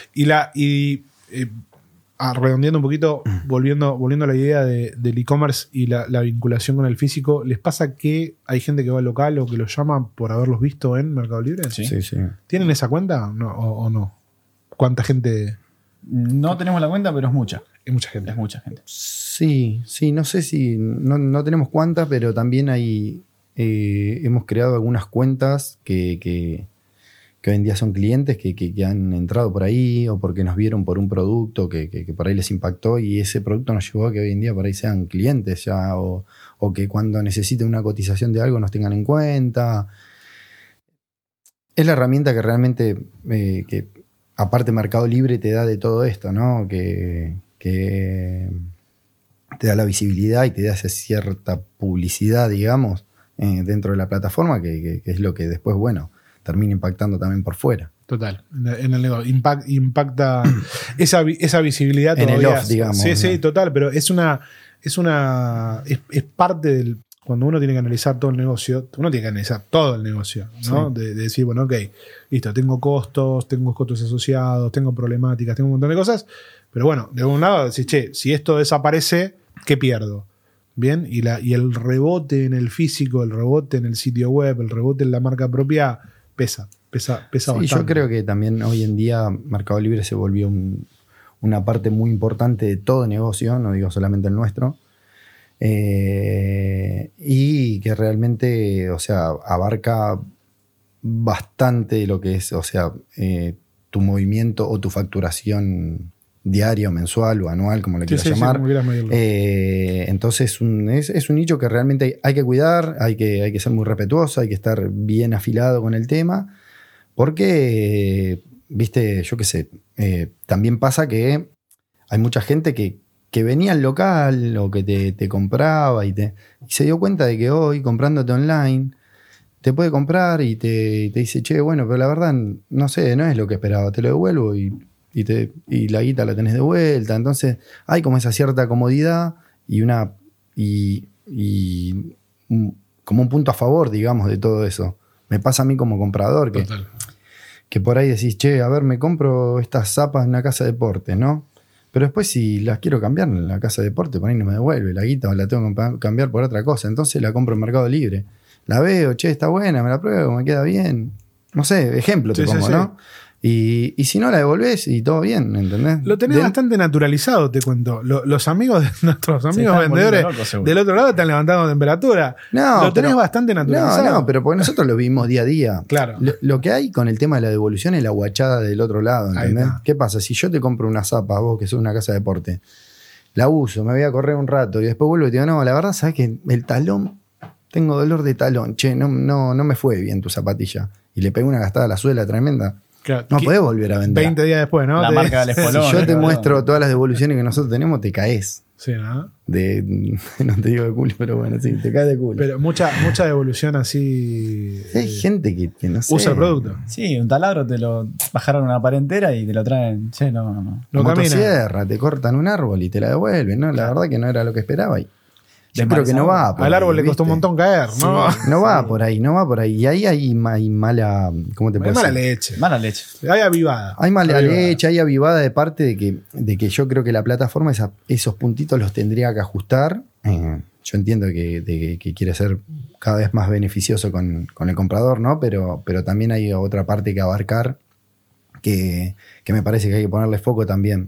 Redondeando un poquito, volviendo a la idea del e-commerce y la vinculación con el físico, ¿les pasa que hay gente que va al local o que los llama por haberlos visto en Mercado Libre? Sí. ¿Tienen esa cuenta o no? ¿Cuánta gente? No tenemos la cuenta, pero es mucha. Es mucha gente. Es mucha gente. Sí, no sé si... No tenemos cuántas, pero también hemos creado algunas cuentas que hoy en día son clientes que han entrado por ahí o porque nos vieron por un producto que por ahí les impactó y ese producto nos llevó a que hoy en día por ahí sean clientes ya o que cuando necesiten una cotización de algo nos tengan en cuenta. Es la herramienta que realmente, que aparte Mercado Libre te da de todo esto, ¿no? Que te da la visibilidad y te da esa cierta publicidad, digamos, dentro de la plataforma que es lo que después, bueno, termina impactando también por fuera. Total, en el negocio. Impacta esa visibilidad en todavía. el off, digamos. Sí, ¿no? total, pero es parte del... Cuando uno tiene que analizar todo el negocio, uno tiene que analizar todo el negocio, ¿no? Sí. De decir, bueno, ok, listo, tengo costos asociados, tengo problemáticas, tengo un montón de cosas, pero bueno, de un lado decís, che, si esto desaparece, ¿qué pierdo? Bien, y el rebote en el físico, el rebote en el sitio web, el rebote en la marca propia, pesa bastante. Yo creo que también hoy en día Mercado Libre se volvió una parte muy importante de todo negocio, no digo solamente el nuestro, y que realmente, o sea, abarca bastante lo que es, o sea, tu movimiento o tu facturación diaria o mensual o anual, como le quieras llamar. Como quieras medirlo. Entonces es un nicho que realmente hay que cuidar, hay que ser muy respetuoso, hay que estar bien afilado con el tema, porque, viste, yo qué sé, también pasa que hay mucha gente que venía al local o que te compraba y se dio cuenta de que hoy, comprándote online, te puede comprar y te dice, che, bueno, pero la verdad, no sé, no es lo que esperaba, te lo devuelvo y la guita la tenés de vuelta. Entonces hay como esa cierta comodidad y como un punto a favor, digamos, de todo eso. Me pasa a mí como comprador que por ahí decís, che, a ver, me compro estas zapas en una casa de deporte, ¿no? Pero después si las quiero cambiar en la casa de deporte, por ahí no me devuelve la guita o la tengo que cambiar por otra cosa. Entonces la compro en Mercado Libre. La veo, che, está buena, me la pruebo, me queda bien. No sé, ejemplo te pongo, ¿no? Y si no la devolvés y todo bien, ¿entendés? Lo tenés bastante naturalizado, te cuento. Los amigos de nuestros amigos vendedores locos, del otro lado están levantando temperatura. Lo tenés bastante naturalizado. No, pero porque nosotros lo vivimos día a día. Claro. Lo que hay con el tema de la devolución es la guachada del otro lado, ¿entendés? ¿Qué pasa? Si yo te compro una zapa, vos que sos una casa de deporte, la uso, me voy a correr un rato y después vuelvo y te digo, no, la verdad, ¿sabes que el talón, tengo dolor de talón, che, no me fue bien tu zapatilla. Y le pegué una gastada a la suela tremenda. Claro, no podés volver a vender. 20 días después, ¿no? La marca del espolón. Si yo te muestro todas las devoluciones que nosotros tenemos, te caes. Sí, ¿no? No te digo de culo, pero bueno, sí, te caes de culo. Pero mucha devolución así. Hay gente que no sé. Usa el producto. Sí, un taladro te lo bajaron una pared entera y te lo traen. Sí, no. Motosierra, te cortan un árbol y te la devuelven, ¿no? La verdad que no era lo que esperaba. Yo creo que no va por al árbol ahí, le costó un montón caer, ¿no? Sí, no va por ahí, no va por ahí. Y ahí hay mala, ¿cómo te puedo Hay mala decir? leche. Mala leche. Hay avivada. Hay mala Avivada. leche, hay avivada de parte de que yo creo que la plataforma esos puntitos los tendría que ajustar. Yo entiendo que quiere ser cada vez más beneficioso con el comprador, ¿no? Pero también hay otra parte que abarcar que me parece que hay que ponerle foco también.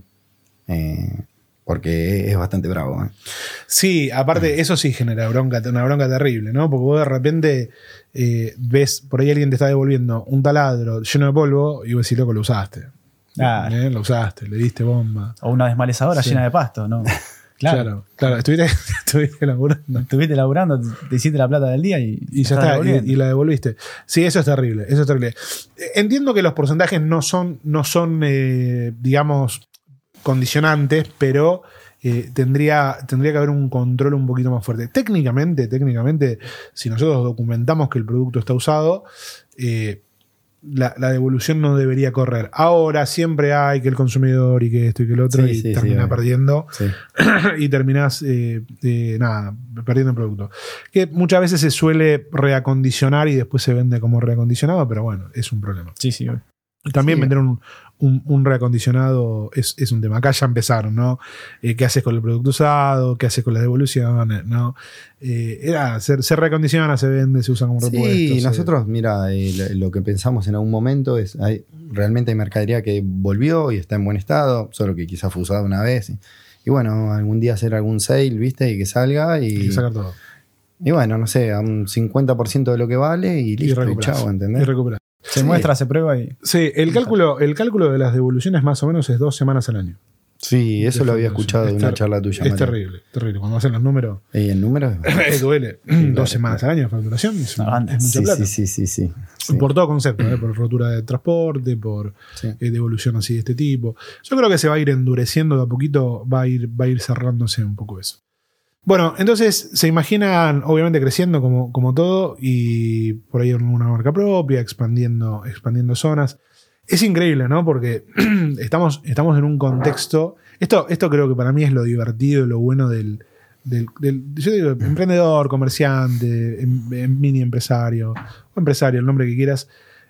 Porque es bastante bravo. Sí, aparte, eso sí genera una bronca terrible, ¿no? Porque vos de repente ves, por ahí alguien te está devolviendo un taladro lleno de polvo y vos decís, loco, lo usaste. Lo usaste, le diste bomba. O una desmalezadora llena de pasto, ¿no? Claro. Estuviste laburando. Estuviste laburando, te hiciste la plata del día y ya está, y la devolviste. Sí, eso es terrible. Entiendo que los porcentajes no son digamos, condicionantes, pero tendría que haber un control un poquito más fuerte. Técnicamente, si nosotros documentamos que el producto está usado, la devolución no debería correr. Ahora siempre hay que el consumidor y que esto y que el otro, y termina perdiendo. Sí. Y terminás perdiendo el producto. Que muchas veces se suele reacondicionar y después se vende como reacondicionado, pero bueno, es un problema. Sí. También vender un reacondicionado es un tema. Acá ya empezaron, ¿no? ¿Qué haces con el producto usado? ¿Qué haces con las devoluciones? ¿No? Se reacondiciona, se vende, se usa como repuesto. Sí, nosotros, mira, lo que pensamos en algún momento es, realmente hay mercadería que volvió y está en buen estado, solo que quizás fue usada una vez. Y bueno, algún día hacer algún sale, ¿viste? Y que salga y sacar todo. Y bueno, no sé, a un 50% de lo que vale y listo, y chao, ¿entendés? Y recuperas. Se muestra, se prueba y... Sí, el cálculo de las devoluciones más o menos es 2 semanas al año. Sí, eso lo había escuchado de una charla tuya. Es terrible. Cuando hacen los números. ¿Y el número? Duele. 2 semanas al año de facturación es mucha plata. Sí. Por todo concepto, por rotura de transporte, por devolución así de este tipo. Yo creo que se va a ir endureciendo de a poquito, va a ir cerrándose un poco eso. Bueno, entonces se imaginan obviamente creciendo como todo y por ahí una marca propia, expandiendo zonas. Es increíble, ¿no? Porque estamos en un contexto... Esto creo que para mí es lo divertido, lo bueno del yo digo, emprendedor, comerciante, mini empresario, o empresario, el nombre que quieras,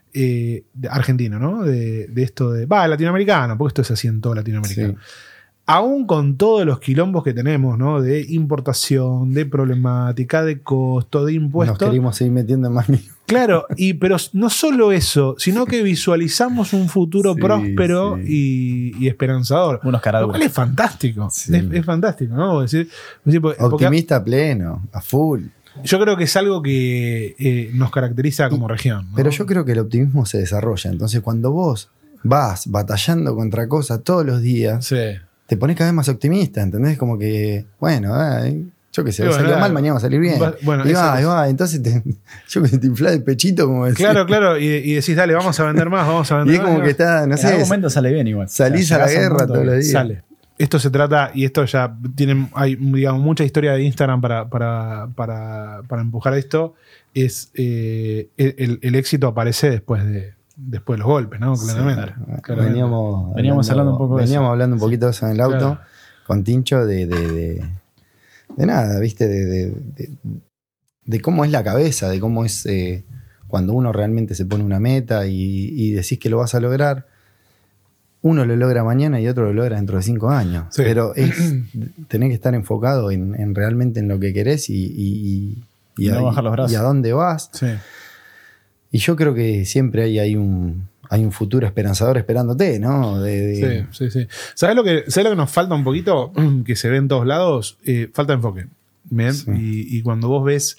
argentino, ¿no? De esto latinoamericano, porque esto es así en toda Latinoamérica. Sí. Aún con todos los quilombos que tenemos, ¿no? De importación, de problemática, de costo, de impuestos. Nos queremos seguir metiendo en más. Claro, pero no solo eso, sino que visualizamos un futuro próspero y esperanzador. Unos caraduras. Lo cual es fantástico. Sí. Es fantástico, ¿no? Optimista pleno, a full. Yo creo que es algo que nos caracteriza como región, ¿no? Pero yo creo que el optimismo se desarrolla. Entonces, cuando vos vas batallando contra cosas todos los días, te pones cada vez más optimista, ¿entendés? Como que, bueno, yo qué sé, salió mal, mañana va a salir bien. Bueno, y va. Entonces te infla el pechito, como decís. Claro, y decís, dale, vamos a vender más, Y es como que está, no sé. En algún momento sale bien igual. Salís a la guerra todos los días. Sale. Esto se trata, y esto ya hay, digamos, mucha historia de Instagram para empujar esto, es el éxito aparece después de los golpes, ¿no? Claramente. Veníamos hablando un poco de eso. Veníamos hablando un poquito de eso en el auto con Tincho de nada, ¿viste? De cómo es la cabeza, de cómo es cuando uno realmente se pone una meta y decís que lo vas a lograr. Uno lo logra mañana y otro lo logra dentro de 5 años. Sí. Pero tenés que estar enfocado en realmente en lo que querés y no bajar los brazos. Y a dónde vas. Sí. Y yo creo que siempre hay un futuro esperanzador esperándote, ¿no? Sí. ¿Sabés lo que nos falta un poquito? Que se ve en todos lados. Falta enfoque. ¿Bien? Sí. Y cuando vos ves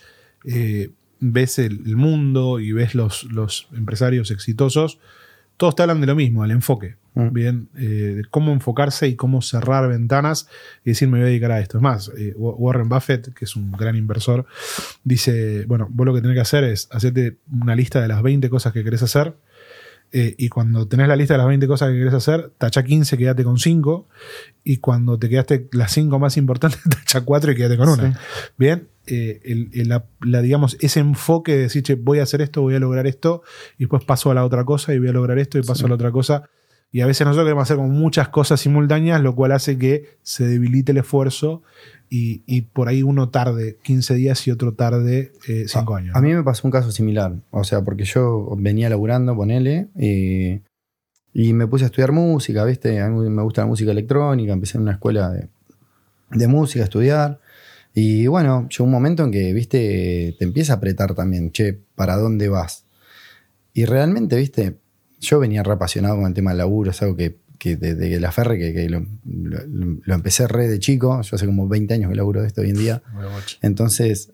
el mundo y ves los empresarios exitosos, todos te hablan de lo mismo, el enfoque. Bien, de cómo enfocarse y cómo cerrar ventanas y decir, me voy a dedicar a esto. Es más, Warren Buffett, que es un gran inversor, dice, bueno, vos lo que tenés que hacer es hacerte una lista de las 20 cosas que querés hacer, y cuando tenés la lista de las 20 cosas que querés hacer, tacha 15, quédate con 5, y cuando te quedaste las 5 más importantes, tacha 4 y quédate con una. Sí. Bien, digamos, ese enfoque de decir, che, voy a hacer esto, voy a lograr esto, y después paso a la otra cosa y voy a lograr esto y paso a la otra cosa. Y a veces nosotros queremos hacer como muchas cosas simultáneas, lo cual hace que se debilite el esfuerzo y por ahí uno tarde 15 días y otro tarde 5 años. A mí me pasó un caso similar. O sea, porque yo venía laburando, ponele, y me puse a estudiar música, ¿viste? A mí me gusta la música electrónica, empecé en una escuela de música a estudiar. Y bueno, llegó un momento en que, ¿viste? Te empieza a apretar también, che, ¿para dónde vas? Y realmente, ¿viste? Yo venía re apasionado con el tema del laburo, es algo que desde la Ferre, que lo empecé re de chico. Yo hace como 20 años que laburo de esto hoy en día. Entonces,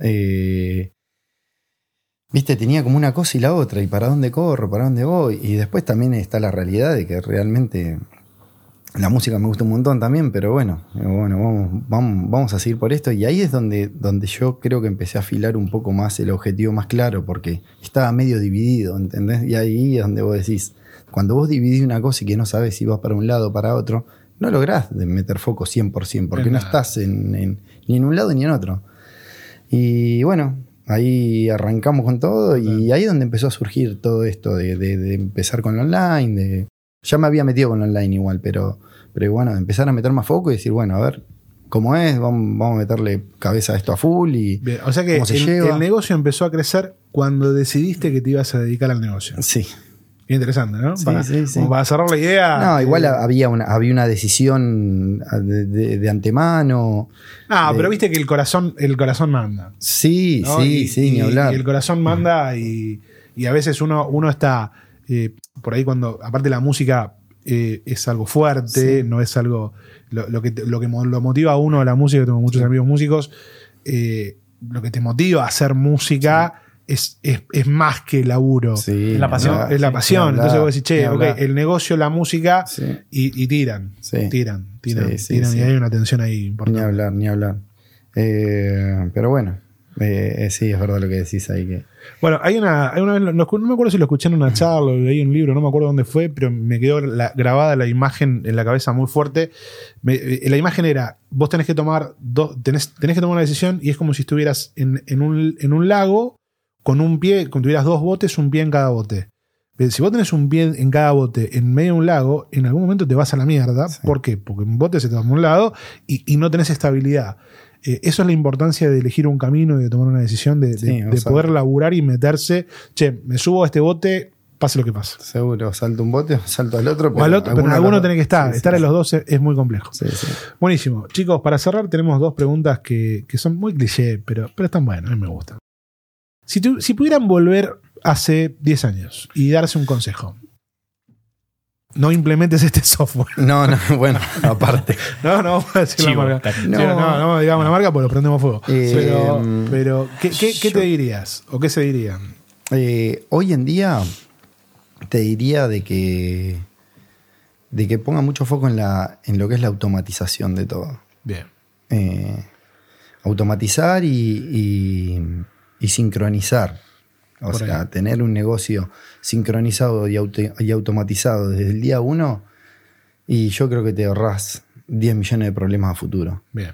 viste, tenía como una cosa y la otra, y para dónde corro, para dónde voy. Y después también está la realidad de que realmente la música me gusta un montón también, pero bueno, vamos a seguir por esto. Y ahí es donde yo creo que empecé a afilar un poco más el objetivo más claro, porque estaba medio dividido, ¿entendés? Y ahí es donde vos decís, cuando vos dividís una cosa y que no sabes si vas para un lado o para otro, no lográs de meter foco 100%, porque no estás ni en un lado ni en otro. Y bueno, ahí arrancamos con todo, y ahí es donde empezó a surgir todo esto de empezar con lo online. Ya me había metido con lo online igual, pero bueno, de empezar a meter más foco y decir, bueno, a ver cómo es, vamos a meterle cabeza a esto a full y bien, o sea que el negocio empezó a crecer cuando decidiste que te ibas a dedicar al negocio. Sí. Bien interesante, ¿no? Sí, sí. Como para cerrar la idea. No, igual había una decisión de antemano. Pero viste que el corazón manda. Sí, ¿no? sí, ni hablar. Y el corazón manda y a veces uno está por ahí cuando, aparte la música es algo fuerte, sí. No es algo, lo que lo motiva a uno a la música, tengo muchos amigos músicos, lo que te motiva a hacer música es más que laburo. Sí, es la pasión. ¿no? Es la pasión. Entonces vos decís, che, okay, el negocio, la música, sí. y tiran. Sí. Tiran. Sí, y hay una tensión ahí importante. Ni hablar. Pero bueno, sí, es verdad lo que decís ahí. Que... Bueno, hay una vez, no me acuerdo si lo escuché en una charla o leí un libro, no me acuerdo dónde fue, pero me quedó grabada la imagen en la cabeza muy fuerte. La imagen era, vos tenés que tomar tenés que tomar una decisión y es como si estuvieras en un lago con un pie, como tuvieras 2 botes, un pie en cada bote. Si vos tenés un pie en cada bote en medio de un lago, en algún momento te vas a la mierda. Sí. ¿Por qué? Porque un bote se te va a un lado y no tenés estabilidad. Eso es la importancia de elegir un camino y de tomar una decisión, de poder laburar y meterse. Che, me subo a este bote, pase lo que pase. Seguro, salto un bote o salto al otro. Pero en alguno tenés que estar. Estar en los dos es muy complejo. Sí. Buenísimo. Chicos, para cerrar tenemos 2 preguntas que son muy cliché, pero están buenas, a mí me gustan. Si pudieran volver hace 10 años y darse un consejo, no implementes este software. No, bueno, aparte. No vamos a decir la marca. No digamos la marca porque lo prendemos fuego. Pero ¿qué te dirías? ¿O qué se dirían? Hoy en día te diría de que ponga mucho foco en lo que es la automatización de todo. Bien. Automatizar y sincronizar. O sea, tener un negocio sincronizado y automatizado desde el día 1, y yo creo que te ahorrás 10 millones de problemas a futuro. Bien.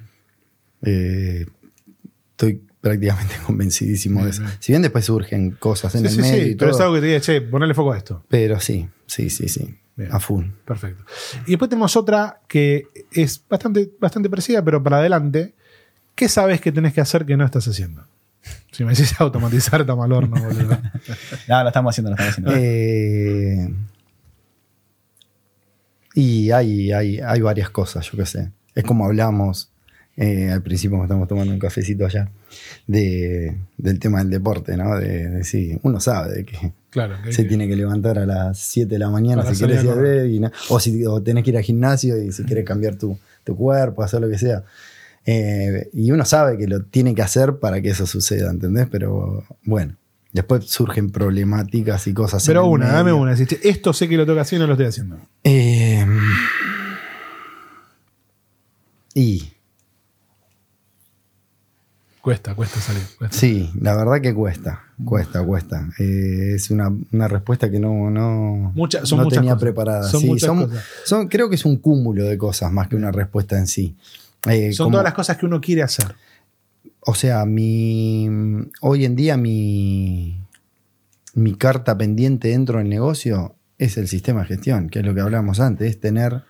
Estoy prácticamente convencidísimo de eso. Si bien después surgen cosas en el medio y todo. Pero es algo que te diga, che, ponerle foco a esto. Pero sí. Bien. A full. Perfecto. Y después tenemos otra que es bastante parecida, pero para adelante. ¿Qué sabes que tenés que hacer que no estás haciendo? Si me decís automatizar, está mal horno, boludo. No, lo estamos haciendo. Y hay varias cosas, yo qué sé. Es como hablamos al principio, cuando estamos tomando un cafecito allá, del tema del deporte, ¿no? Sí, uno sabe de que se tiene que levantar a las 7 de la mañana si quieres ir a ver, o tenés que ir al gimnasio y si quieres cambiar tu cuerpo, hacer lo que sea. Y uno sabe que lo tiene que hacer para que eso suceda, ¿entendés? Pero bueno, después surgen problemáticas y cosas. Pero dame una. Esto sé que lo tengo que hacer y no lo estoy haciendo. Y cuesta salir. Sí, la verdad que cuesta. Es una respuesta que no tenía preparada. Creo que es un cúmulo de cosas más que una respuesta en sí. Son todas las cosas que uno quiere hacer. O sea, hoy en día mi carta pendiente dentro del negocio es el sistema de gestión, que es lo que hablábamos antes, es tener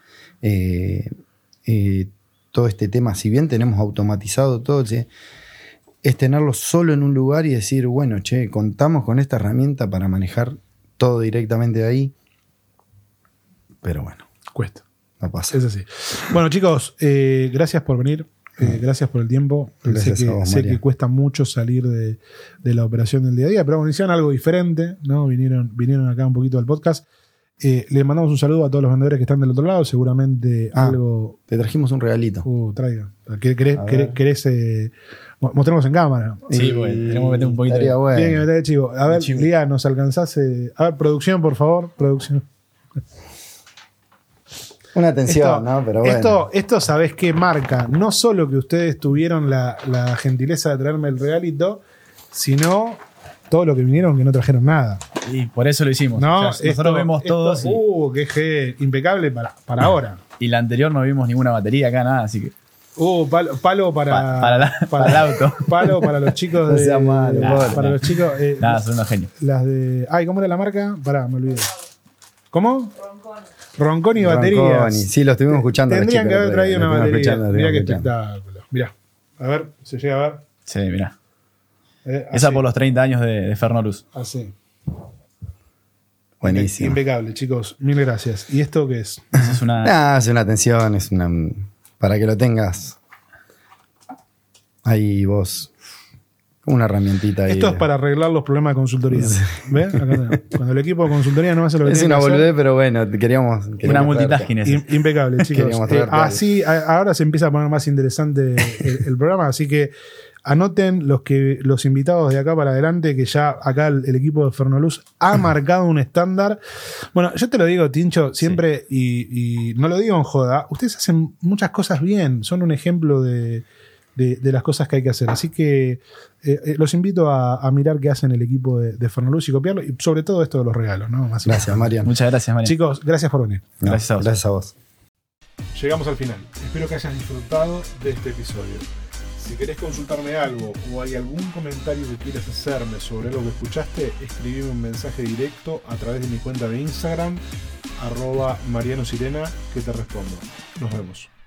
todo este tema, si bien tenemos automatizado todo, es tenerlo solo en un lugar y decir, bueno, contamos con esta herramienta para manejar todo directamente de ahí, pero bueno. Cuesta. No pasa. Es así. Bueno, chicos, gracias por venir. Gracias por el tiempo. Sé que cuesta mucho salir de la operación del día a día, pero bueno, hicieron algo diferente, ¿no? Vinieron acá un poquito al podcast. Le mandamos un saludo a todos los vendedores que están del otro lado. Seguramente algo. Te trajimos un regalito. Traiga. ¿Querés mostremos en cámara? Sí, bueno, tenemos que meter un poquito de. Bueno. Tienen que meter el chivo. A ver, Lía, ¿nos alcanzás? A ver, producción, por favor. Producción. Una atención, ¿no? Pero bueno. Esto, ¿sabés qué marca? No solo que ustedes tuvieron la gentileza de traerme el regalito, sino todo lo que vinieron que no trajeron nada. Y por eso lo hicimos. No, o sea, nosotros vemos todos. Qué impecable para ahora. Y la anterior no vimos ninguna batería acá, nada, así que. Palo para el auto. Palo para los chicos de. No sea malo, para los chicos. Nada, son unos genios. Las de. Ay, ¿cómo era la marca? Pará, me olvidé. ¿Cómo? Ronconi baterías. Sí, lo estuvimos escuchando. Tendrían que haber traído una batería. Mirá qué espectáculo. Mirá. A ver, ¿se llega a ver? Sí, mirá. Esa por los 30 años de Fernolus. Así. Buenísimo. Impecable, chicos. Mil gracias. ¿Y esto qué es? Eso es una. Es una atención, es una. Para que lo tengas. Ahí vos. Una herramientita ahí. Esto es para arreglar los problemas de consultoría. ¿Ves? Acá tenemos. Cuando el equipo de consultoría no hace lo que tiene que hacer. Es una boludez, pero bueno, queríamos una multitasking. Impecable, chicos. Así, ahora se empieza a poner más interesante el programa, así que anoten los invitados de acá para adelante, que ya acá el equipo de Fernolus ha marcado un estándar. Bueno, yo te lo digo, Tincho, siempre, y no lo digo en joda, ustedes hacen muchas cosas bien, son un ejemplo de las cosas que hay que hacer. Así que los invito a mirar qué hacen el equipo de Fernolus y copiarlo, y sobre todo esto de los regalos, ¿no? Gracias, Marian. Muchas gracias, Marian. Chicos, gracias por venir. Gracias a vos. Llegamos al final. Espero que hayas disfrutado de este episodio. Si querés consultarme algo o hay algún comentario que quieras hacerme sobre lo que escuchaste, escribime un mensaje directo a través de mi cuenta de Instagram, @marianosirena, que te respondo. Nos vemos.